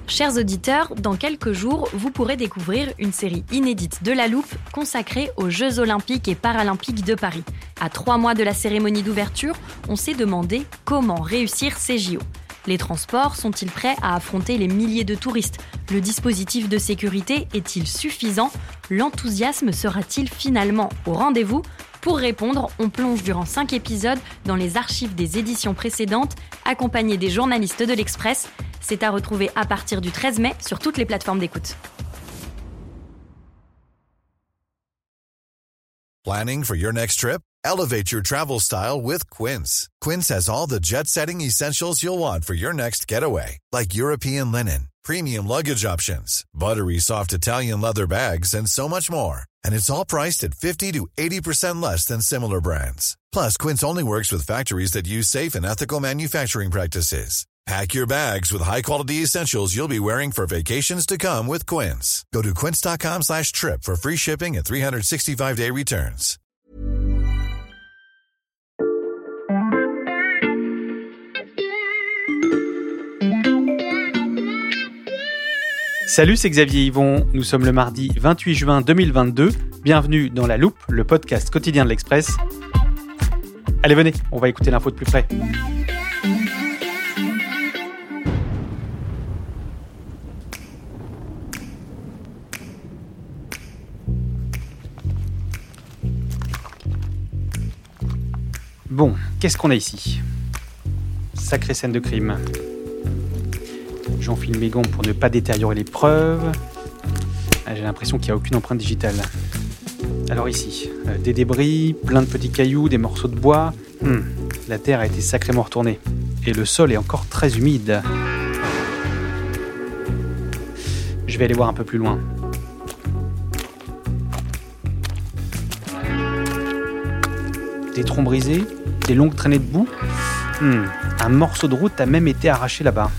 Chers auditeurs, dans quelques jours, vous pourrez découvrir une série inédite de La Loupe consacrée aux Jeux Olympiques et Paralympiques de Paris. À 3 mois de la cérémonie d'ouverture, on s'est demandé comment réussir ces JO. Les transports sont-ils prêts à affronter les milliers de touristes ? Le dispositif de sécurité est-il suffisant ? L'enthousiasme sera-t-il finalement au rendez-vous ? Pour répondre, on plonge durant 5 épisodes dans les archives des éditions précédentes, accompagnés des journalistes de l'Express. C'est à retrouver à partir du 13 mai sur toutes les plateformes d'écoute. Planning for your next trip? Elevate your travel style with Quince. Quince has all the jet-setting essentials you'll want for your next getaway, like European linen, premium luggage options, buttery soft Italian leather bags, and so much more. And it's all priced at 50 to 80% less than similar brands. Plus, Quince only works with factories that use safe and ethical manufacturing practices. Pack your bags with high-quality essentials you'll be wearing for vacations to come with Quince. Go to quince.com/trip for free shipping and 365-day returns. Salut, c'est Xavier Yvon. Nous sommes le mardi 28 juin 2022. Bienvenue dans La Loupe, le podcast quotidien de l'Express. Allez, venez, on va écouter l'info de plus près. Bon, qu'est-ce qu'on a ici ? Sacrée scène de crime. J'enfile mes gants pour ne pas détériorer les preuves. J'ai l'impression qu'il n'y a aucune empreinte digitale. Alors ici, des débris, plein de petits cailloux, des morceaux de bois. La terre a été sacrément retournée. Et le sol est encore très humide. Je vais aller voir un peu plus loin. Des troncs brisés, des longues traînées de boue. Un morceau de route a même été arraché là-bas.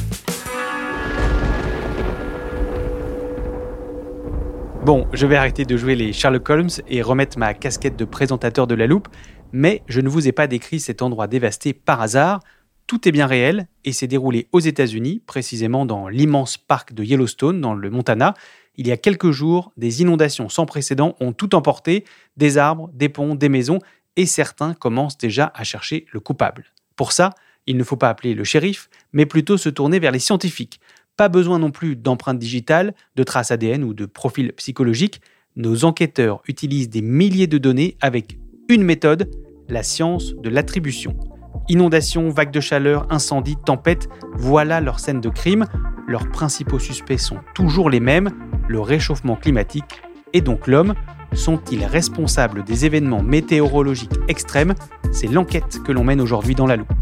Bon, je vais arrêter de jouer les Sherlock Holmes et remettre ma casquette de présentateur de La Loupe, mais je ne vous ai pas décrit cet endroit dévasté par hasard. Tout est bien réel et s'est déroulé aux États-Unis, précisément dans l'immense parc de Yellowstone, dans le Montana. Il y a quelques jours, des inondations sans précédent ont tout emporté, des arbres, des ponts, des maisons, et certains commencent déjà à chercher le coupable. Pour ça, il ne faut pas appeler le shérif, mais plutôt se tourner vers les scientifiques. Pas besoin non plus d'empreintes digitales, de traces ADN ou de profils psychologiques. Nos enquêteurs utilisent des milliers de données avec une méthode, la science de l'attribution. Inondations, vagues de chaleur, incendies, tempêtes, voilà leur scène de crime. Leurs principaux suspects sont toujours les mêmes, le réchauffement climatique et donc l'homme. Sont-ils responsables des événements météorologiques extrêmes ? C'est l'enquête que l'on mène aujourd'hui dans La Loupe.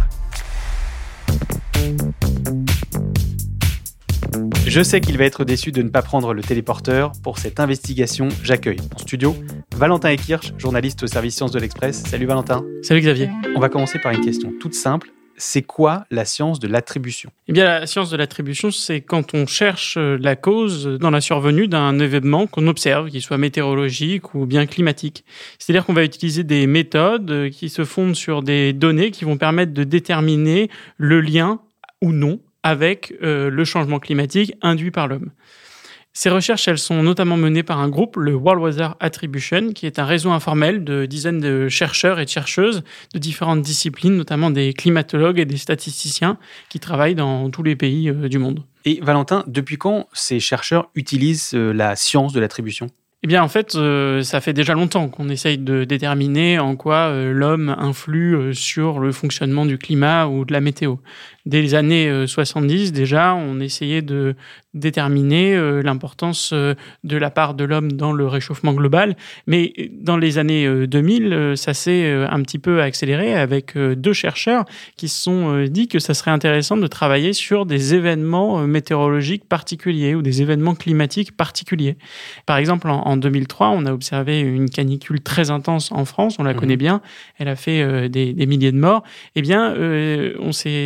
Je sais qu'il va être déçu de ne pas prendre le téléporteur. Pour cette investigation, j'accueille en studio Valentin Ekirch, journaliste au service Sciences de l'Express. Salut Valentin. Salut Xavier. On va commencer par une question toute simple. C'est quoi la science de l'attribution ? Eh bien, la science de l'attribution, c'est quand on cherche la cause dans la survenue d'un événement qu'on observe, qu'il soit météorologique ou bien climatique. C'est-à-dire qu'on va utiliser des méthodes qui se fondent sur des données qui vont permettre de déterminer le lien ou non avec le changement climatique induit par l'homme. Ces recherches, elles sont notamment menées par un groupe, le World Weather Attribution, qui est un réseau informel de dizaines de chercheurs et de chercheuses de différentes disciplines, notamment des climatologues et des statisticiens qui travaillent dans tous les pays du monde. Et Valentin, depuis quand ces chercheurs utilisent la science de l'attribution ? Eh bien, en fait, ça fait déjà longtemps qu'on essaye de déterminer en quoi l'homme influe sur le fonctionnement du climat ou de la météo. Dès les années 70, déjà, on essayait de déterminer l'importance de la part de l'homme dans le réchauffement global. Mais dans les années 2000, ça s'est un petit peu accéléré avec deux chercheurs qui se sont dit que ça serait intéressant de travailler sur des événements météorologiques particuliers ou des événements climatiques particuliers. Par exemple, en 2003, on a observé une canicule très intense en France, on la connaît bien, elle a fait des milliers de morts. Eh bien, on s'est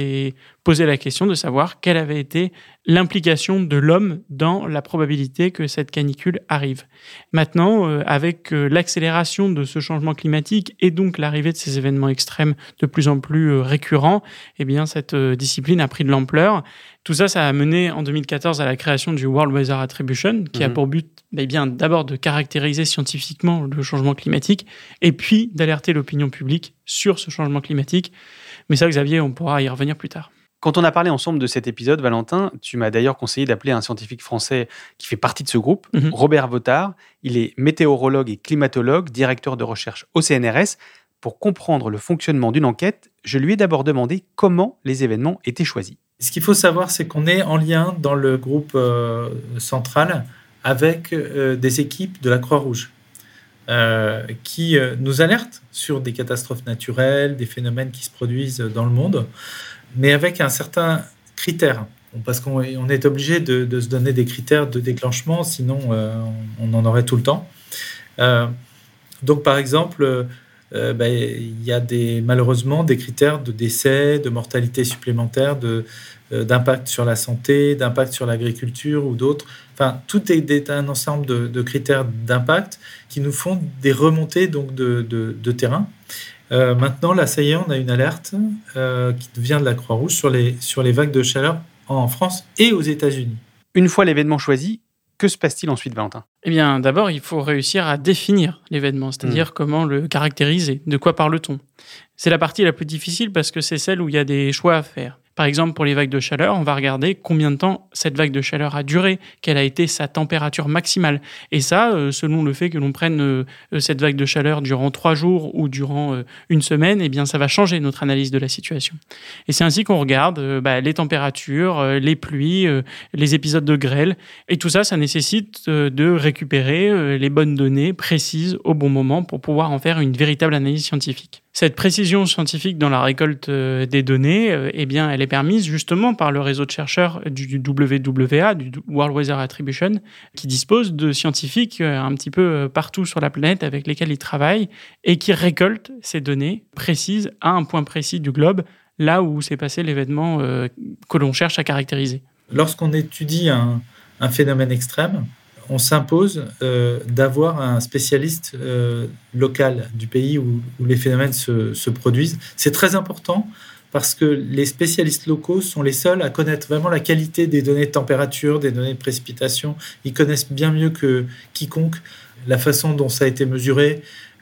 posé la question de savoir quelle avait été l'implication de l'homme dans la probabilité que cette canicule arrive. Maintenant, avec l'accélération de ce changement climatique et donc l'arrivée de ces événements extrêmes de plus en plus récurrents, eh bien, cette discipline a pris de l'ampleur. Tout ça, ça a mené en 2014 à la création du World Weather Attribution, qui a pour but bien d'abord de caractériser scientifiquement le changement climatique et puis d'alerter l'opinion publique sur ce changement climatique. Mais ça, Xavier, on pourra y revenir plus tard. Quand on a parlé ensemble de cet épisode, Valentin, tu m'as d'ailleurs conseillé d'appeler un scientifique français qui fait partie de ce groupe, Robert Votard. Il est météorologue et climatologue, directeur de recherche au CNRS. Pour comprendre le fonctionnement d'une enquête, je lui ai d'abord demandé comment les événements étaient choisis. Ce qu'il faut savoir, c'est qu'on est en lien dans le groupe central avec des équipes de la Croix-Rouge qui nous alertent sur des catastrophes naturelles, des phénomènes qui se produisent dans le monde, mais avec un certain critère. Parce qu'on est obligé de se donner des critères de déclenchement, sinon on en aurait tout le temps. Donc, par exemple, il y a malheureusement des critères de décès, de mortalité supplémentaire, d'impact sur la santé, d'impact sur l'agriculture ou d'autres. Enfin, tout est un ensemble de critères d'impact qui nous font des remontées donc, de terrain. Maintenant, là, ça y est, on a une alerte qui vient de la Croix-Rouge sur les vagues de chaleur en France et aux États-Unis. Une fois l'événement choisi, que se passe-t-il ensuite, Valentin ? Eh bien, d'abord, il faut réussir à définir l'événement, c'est-à-dire comment le caractériser, de quoi parle-t-on. C'est la partie la plus difficile parce que c'est celle où il y a des choix à faire. Par exemple, pour les vagues de chaleur, on va regarder combien de temps cette vague de chaleur a duré, quelle a été sa température maximale. Et ça, selon le fait que l'on prenne cette vague de chaleur durant 3 jours ou durant une semaine, eh bien, ça va changer notre analyse de la situation. Et c'est ainsi qu'on regarde les températures, les pluies, les épisodes de grêle. Et tout ça, ça nécessite de récupérer les bonnes données précises au bon moment pour pouvoir en faire une véritable analyse scientifique. Cette précision scientifique dans la récolte des données, elle est permise justement par le réseau de chercheurs du WWA, du World Weather Attribution, qui dispose de scientifiques un petit peu partout sur la planète avec lesquels ils travaillent et qui récoltent ces données précises à un point précis du globe, là où s'est passé l'événement que l'on cherche à caractériser. Lorsqu'on étudie un phénomène extrême, on s'impose d'avoir un spécialiste local du pays où les phénomènes se produisent. C'est très important parce que les spécialistes locaux sont les seuls à connaître vraiment la qualité des données de température, des données de précipitation. Ils connaissent bien mieux que quiconque la façon dont ça a été mesuré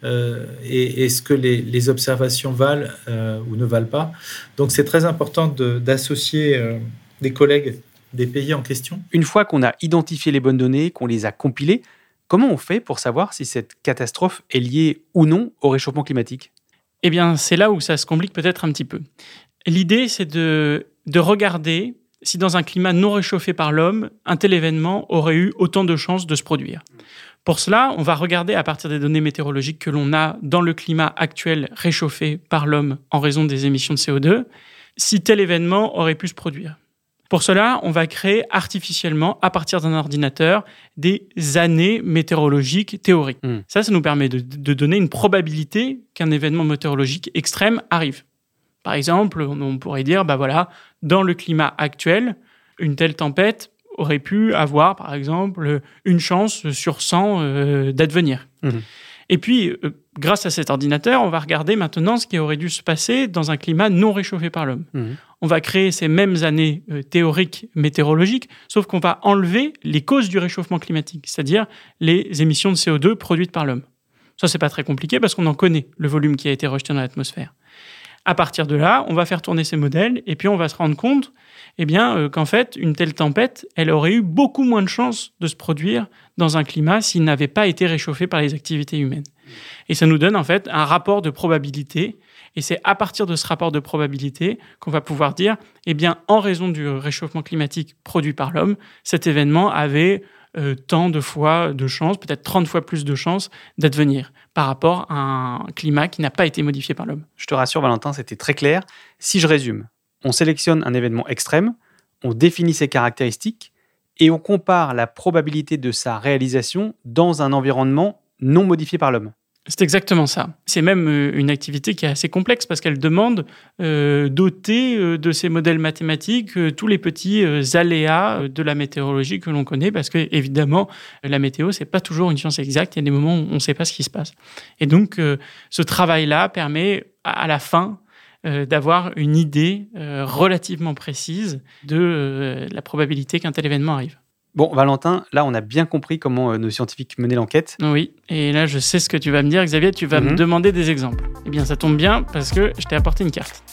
et ce que les observations valent ou ne valent pas. Donc c'est très important d'associer des collègues des pays en question. Une fois qu'on a identifié les bonnes données, qu'on les a compilées, comment on fait pour savoir si cette catastrophe est liée ou non au réchauffement climatique ? Eh bien, c'est là où ça se complique peut-être un petit peu. L'idée, c'est de regarder si dans un climat non réchauffé par l'homme, un tel événement aurait eu autant de chances de se produire. Pour cela, on va regarder à partir des données météorologiques que l'on a dans le climat actuel réchauffé par l'homme en raison des émissions de CO2, si tel événement aurait pu se produire. Pour cela, on va créer artificiellement, à partir d'un ordinateur, des années météorologiques théoriques. Ça nous permet de donner une probabilité qu'un événement météorologique extrême arrive. Par exemple, on pourrait dire, dans le climat actuel, une telle tempête aurait pu avoir, par exemple, une chance sur 100 d'advenir. Et puis, grâce à cet ordinateur, on va regarder maintenant ce qui aurait dû se passer dans un climat non réchauffé par l'homme. On va créer ces mêmes années théoriques météorologiques, sauf qu'on va enlever les causes du réchauffement climatique, c'est-à-dire les émissions de CO2 produites par l'homme. Ça, c'est pas très compliqué parce qu'on en connaît le volume qui a été rejeté dans l'atmosphère. À partir de là, on va faire tourner ces modèles et puis on va se rendre compte qu'en fait, une telle tempête, elle aurait eu beaucoup moins de chances de se produire dans un climat s'il n'avait pas été réchauffé par les activités humaines. Et ça nous donne en fait un rapport de probabilité. Et c'est à partir de ce rapport de probabilité qu'on va pouvoir dire, en raison du réchauffement climatique produit par l'homme, cet événement avait tant de fois de chances, peut-être 30 fois plus de chances d'advenir par rapport à un climat qui n'a pas été modifié par l'homme. Je te rassure, Valentin, c'était très clair. Si je résume, on sélectionne un événement extrême, on définit ses caractéristiques et on compare la probabilité de sa réalisation dans un environnement non modifié par l'homme. C'est exactement ça. C'est même une activité qui est assez complexe parce qu'elle demande d'ôter de ces modèles mathématiques tous les petits aléas de la météorologie que l'on connaît parce que, évidemment, la météo, c'est pas toujours une science exacte. Il y a des moments où on ne sait pas ce qui se passe. Et donc, ce travail-là permet à la fin d'avoir une idée relativement précise de la probabilité qu'un tel événement arrive. Bon, Valentin, là, on a bien compris comment nos scientifiques menaient l'enquête. Oui, et là, je sais ce que tu vas me dire, Xavier, tu vas me demander des exemples. Eh bien, ça tombe bien, parce que je t'ai apporté une carte.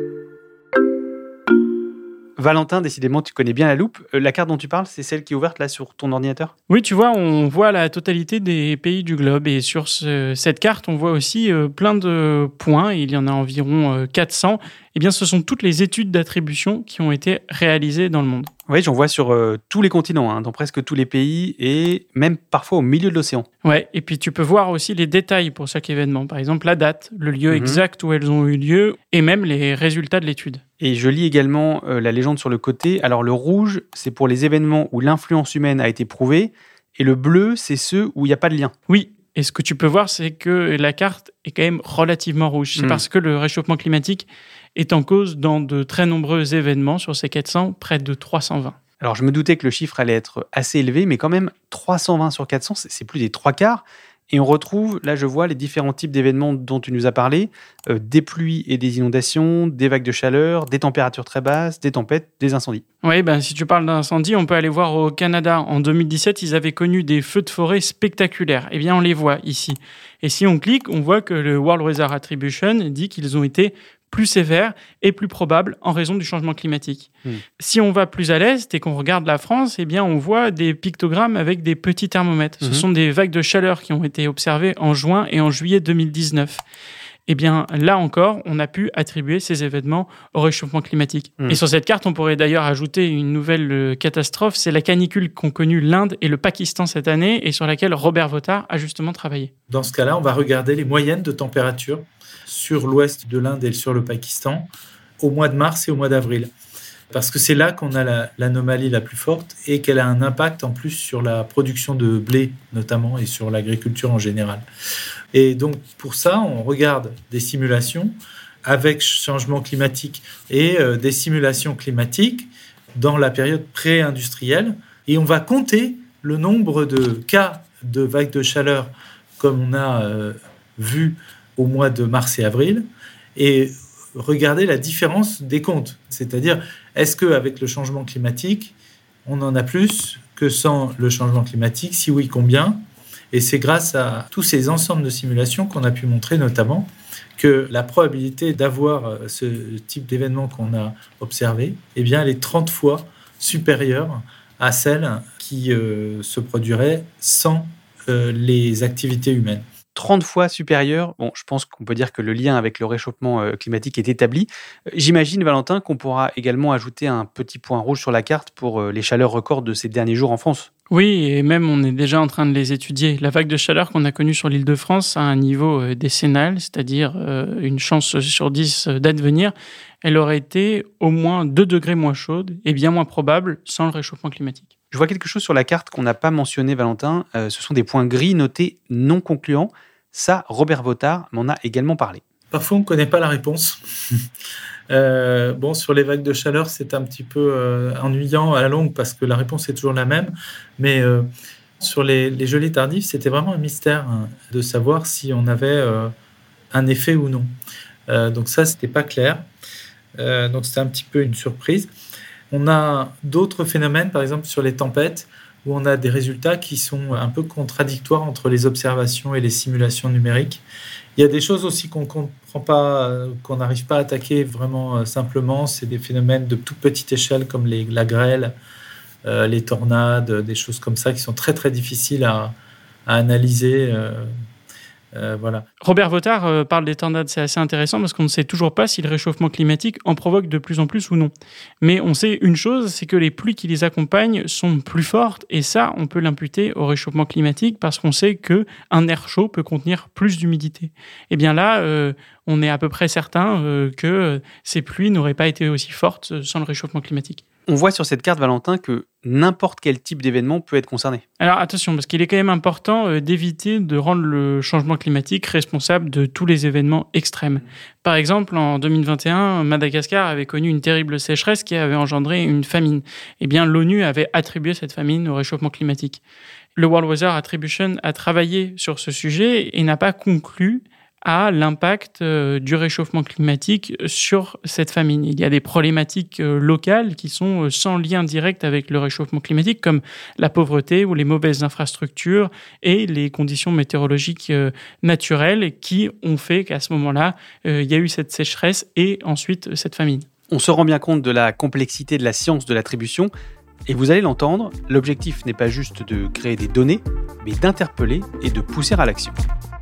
Valentin, décidément, tu connais bien la loupe. La carte dont tu parles, c'est celle qui est ouverte là sur ton ordinateur ? Oui, tu vois, on voit la totalité des pays du globe. Et sur cette carte, on voit aussi plein de points. Il y en a environ 400. Eh bien, ce sont toutes les études d'attribution qui ont été réalisées dans le monde. Oui, j'en vois sur tous les continents, dans presque tous les pays et même parfois au milieu de l'océan. Ouais, et puis tu peux voir aussi les détails pour chaque événement. Par exemple, la date, le lieu exact où elles ont eu lieu et même les résultats de l'étude. Et je lis également la légende sur le côté. Alors le rouge, c'est pour les événements où l'influence humaine a été prouvée et le bleu, c'est ceux où il n'y a pas de lien. Oui, et ce que tu peux voir, c'est que la carte est quand même relativement rouge. C'est parce que le réchauffement climatique est en cause dans de très nombreux événements. Sur ces 400, près de 320. Alors, je me doutais que le chiffre allait être assez élevé, mais quand même, 320 sur 400, c'est plus des 3/4. Et on retrouve, là, je vois les différents types d'événements dont tu nous as parlé, des pluies et des inondations, des vagues de chaleur, des températures très basses, des tempêtes, des incendies. Oui, si tu parles d'incendies, on peut aller voir au Canada. En 2017, ils avaient connu des feux de forêt spectaculaires. Eh bien, on les voit ici. Et si on clique, on voit que le World Weather Attribution dit qu'ils ont été plus sévères et plus probables en raison du changement climatique. Si on va plus à l'est et qu'on regarde la France, eh bien, on voit des pictogrammes avec des petits thermomètres. Ce sont des vagues de chaleur qui ont été observées en juin et en juillet 2019. Eh bien, là encore, on a pu attribuer ces événements au réchauffement climatique. Et sur cette carte, on pourrait d'ailleurs ajouter une nouvelle catastrophe. C'est la canicule qu'ont connue l'Inde et le Pakistan cette année et sur laquelle Robert Votard a justement travaillé. Dans ce cas-là, on va regarder les moyennes de température sur l'ouest de l'Inde et sur le Pakistan au mois de mars et au mois d'avril. Parce que c'est là qu'on a l'anomalie la plus forte et qu'elle a un impact en plus sur la production de blé notamment et sur l'agriculture en général. Et donc pour ça, on regarde des simulations avec changement climatique et des simulations climatiques dans la période pré-industrielle et on va compter le nombre de cas de vagues de chaleur comme on a vu au mois de mars et avril, et regarder la différence des comptes. C'est-à-dire, est-ce qu'avec le changement climatique, on en a plus que sans le changement climatique? Si oui, combien? Et c'est grâce à tous ces ensembles de simulations qu'on a pu montrer notamment que la probabilité d'avoir ce type d'événement qu'on a observé, eh bien, elle est 30 fois supérieure à celle qui se produirait sans les activités humaines. 30 fois supérieur. Bon, je pense qu'on peut dire que le lien avec le réchauffement climatique est établi. J'imagine, Valentin, qu'on pourra également ajouter un petit point rouge sur la carte pour les chaleurs records de ces derniers jours en France. Oui, et même on est déjà en train de les étudier. La vague de chaleur qu'on a connue sur l'île de France a un niveau décennal, c'est-à-dire une chance sur 10 d'advenir. Elle aurait été au moins 2 degrés moins chaude et bien moins probable sans le réchauffement climatique. Je vois quelque chose sur la carte qu'on n'a pas mentionné, Valentin. Ce sont des points gris notés non concluants. Ça, Robert Votard m'en a également parlé. Parfois, on ne connaît pas la réponse. Sur les vagues de chaleur, c'est un petit peu ennuyant à la longue parce que la réponse est toujours la même. Mais sur les gelées tardives, c'était vraiment un mystère de savoir si on avait un effet ou non. Donc ça, ce n'était pas clair. Donc c'était un petit peu une surprise. On a d'autres phénomènes, par exemple sur les tempêtes, où on a des résultats qui sont un peu contradictoires entre les observations et les simulations numériques. Il y a des choses aussi qu'on ne comprend pas, qu'on n'arrive pas à attaquer vraiment simplement. C'est des phénomènes de toute petite échelle comme la grêle, les tornades, des choses comme ça qui sont très très difficiles à analyser. Voilà. Robert Votard parle des tornades, c'est assez intéressant parce qu'on ne sait toujours pas si le réchauffement climatique en provoque de plus en plus ou non. Mais on sait une chose, c'est que les pluies qui les accompagnent sont plus fortes et ça, on peut l'imputer au réchauffement climatique parce qu'on sait qu'un air chaud peut contenir plus d'humidité. Et bien là, on est à peu près certain que ces pluies n'auraient pas été aussi fortes sans le réchauffement climatique. On voit sur cette carte, Valentin, que n'importe quel type d'événement peut être concerné. Alors attention, parce qu'il est quand même important d'éviter de rendre le changement climatique responsable de tous les événements extrêmes. Par exemple, en 2021, Madagascar avait connu une terrible sécheresse qui avait engendré une famine. Eh bien, l'ONU avait attribué cette famine au réchauffement climatique. Le World Weather Attribution a travaillé sur ce sujet et n'a pas conclu à l'impact du réchauffement climatique sur cette famine. Il y a des problématiques locales qui sont sans lien direct avec le réchauffement climatique, comme la pauvreté ou les mauvaises infrastructures et les conditions météorologiques naturelles qui ont fait qu'à ce moment-là, il y a eu cette sécheresse et ensuite cette famine. On se rend bien compte de la complexité de la science de l'attribution. Et vous allez l'entendre, l'objectif n'est pas juste de créer des données, mais d'interpeller et de pousser à l'action.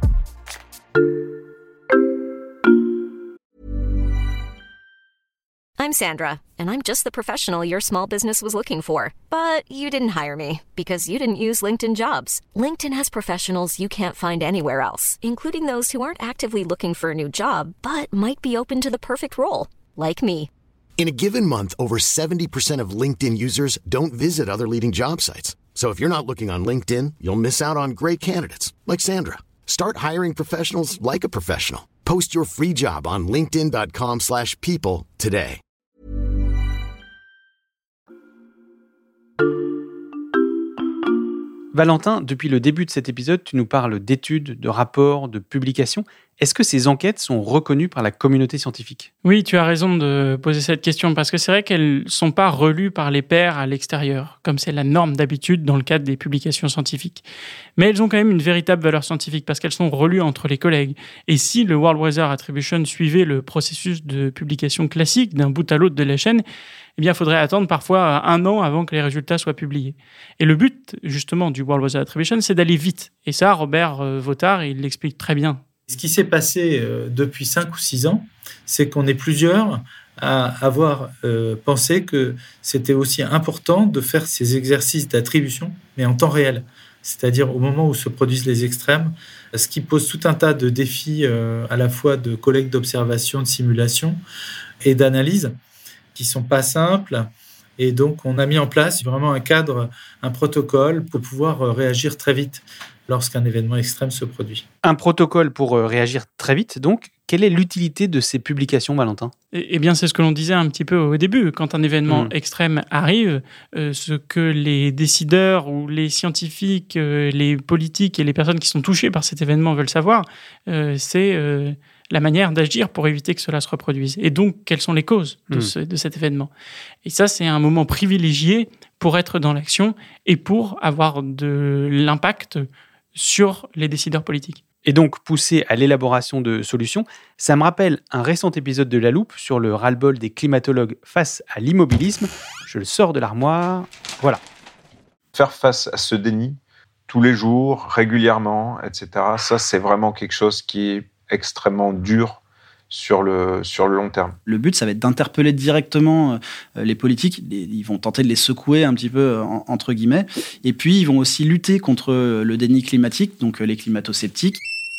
I'm Sandra, and I'm just the professional your small business was looking for. But you didn't hire me because you didn't use LinkedIn Jobs. LinkedIn has professionals you can't find anywhere else, including those who aren't actively looking for a new job, but might be open to the perfect role, like me. In a given month, over 70% of LinkedIn users don't visit other leading job sites. So if you're not looking on LinkedIn, you'll miss out on great candidates like Sandra. Start hiring professionals like a professional. Post your free job on linkedin.com/people today. Valentin, depuis le début de cet épisode, tu nous parles d'études, de rapports, de publications. Est-ce que ces enquêtes sont reconnues par la communauté scientifique ? Oui, tu as raison de poser cette question, parce que c'est vrai qu'elles ne sont pas relues par les pairs à l'extérieur, comme c'est la norme d'habitude dans le cadre des publications scientifiques. Mais elles ont quand même une véritable valeur scientifique, parce qu'elles sont relues entre les collègues. Et si le World Weather Attribution suivait le processus de publication classique d'un bout à l'autre de la chaîne, eh bien, il faudrait attendre parfois 1 an avant que les résultats soient publiés. Et le but, justement, du World Weather Attribution, c'est d'aller vite. Et ça, Robert Vautard, il l'explique très bien. Ce qui s'est passé depuis 5 ou 6 ans, c'est qu'on est plusieurs à avoir pensé que c'était aussi important de faire ces exercices d'attribution, mais en temps réel. C'est-à-dire au moment où se produisent les extrêmes, ce qui pose tout un tas de défis à la fois de collecte d'observation, de simulation et d'analyse, qui ne sont pas simples. Et donc, on a mis en place vraiment un cadre, un protocole pour pouvoir réagir très vite lorsqu'un événement extrême se produit. Un protocole pour réagir très vite, donc. Quelle est l'utilité de ces publications, Valentin ? Eh bien, c'est ce que l'on disait un petit peu au début. Quand un événement extrême arrive, ce que les décideurs ou les scientifiques, les politiques et les personnes qui sont touchées par cet événement veulent savoir, c'est la manière d'agir pour éviter que cela se reproduise. Et donc, quelles sont les causes de cet événement ? Et ça, c'est un moment privilégié pour être dans l'action et pour avoir de l'impact sur les décideurs politiques. Et donc pousser à l'élaboration de solutions. Ça me rappelle un récent épisode de La Loupe sur le ras-le-bol des climatologues face à l'immobilisme. Je le sors de l'armoire. Voilà. Faire face à ce déni tous les jours, régulièrement, etc., ça, c'est vraiment quelque chose qui est extrêmement dur sur le long terme. Le but, ça va être d'interpeller directement les politiques. Ils vont tenter de les secouer un petit peu, entre guillemets. Et puis, ils vont aussi lutter contre le déni climatique, donc les climato-sceptiques.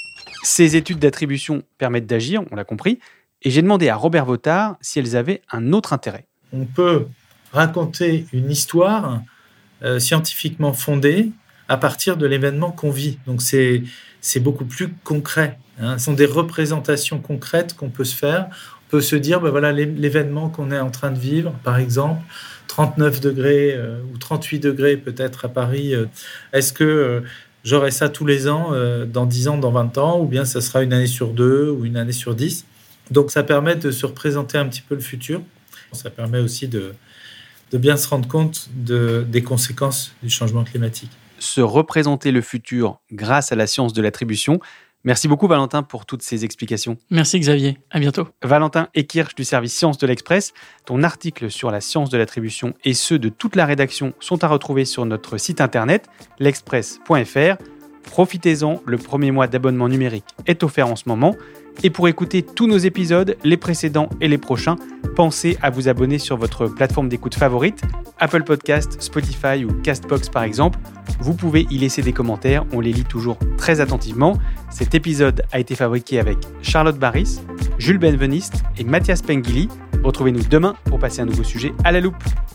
Ces études d'attribution permettent d'agir, on l'a compris. Et j'ai demandé à Robert Vautard si elles avaient un autre intérêt. On peut raconter une histoire scientifiquement fondée à partir de l'événement qu'on vit. Donc, c'est beaucoup plus concret. Ce sont des représentations concrètes qu'on peut se faire. On peut se dire, voilà l'événement qu'on est en train de vivre, par exemple, 39 degrés ou 38 degrés peut-être à Paris. Est-ce que j'aurai ça tous les ans, dans 10 ans, dans 20 ans, ou bien ça sera une année sur 2 ou une année sur 10 ? Donc ça permet de se représenter un petit peu le futur. Ça permet aussi de bien se rendre compte des conséquences du changement climatique. Se représenter le futur grâce à la science de l'attribution. Merci beaucoup Valentin pour toutes ces explications. Merci Xavier, à bientôt. Valentin Ekirch du service Sciences de l'Express. Ton article sur la science de l'attribution et ceux de toute la rédaction sont à retrouver sur notre site internet l'express.fr. Profitez-en, le premier mois d'abonnement numérique est offert en ce moment. Et pour écouter tous nos épisodes, les précédents et les prochains, pensez à vous abonner sur votre plateforme d'écoute favorite, Apple Podcast, Spotify ou Castbox par exemple. Vous pouvez y laisser des commentaires, on les lit toujours très attentivement. Cet épisode a été fabriqué avec Charlotte Baris, Jules Benveniste et Mathias Pengili. Retrouvez-nous demain pour passer un nouveau sujet à la loupe.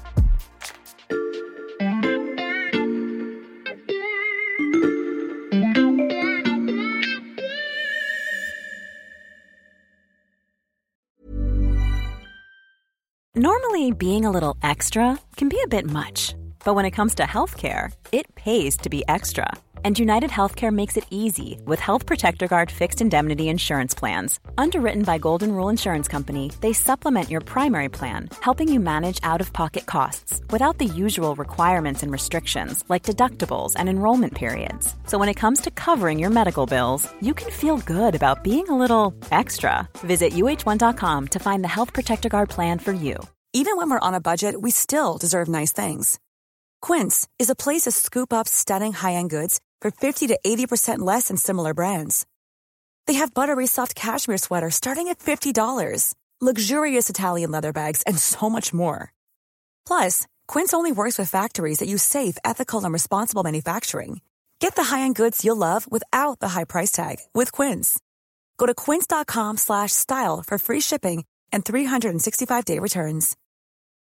Normally, being a little extra can be a bit much, but when it comes to healthcare, it pays to be extra. And United Healthcare makes it easy with Health Protector Guard fixed indemnity insurance plans. Underwritten by Golden Rule Insurance Company, they supplement your primary plan, helping you manage out-of-pocket costs without the usual requirements and restrictions like deductibles and enrollment periods. So when it comes to covering your medical bills, you can feel good about being a little extra. Visit uh1.com to find the Health Protector Guard plan for you. Even when we're on a budget, we still deserve nice things. Quince is a place to scoop up stunning high-end goods for 50 to 80% less than similar brands. They have buttery soft cashmere sweaters starting at $50, luxurious Italian leather bags, and so much more. Plus, Quince only works with factories that use safe, ethical, and responsible manufacturing. Get the high-end goods you'll love without the high price tag with Quince. Go to quince.com/style for free shipping and 365-day returns.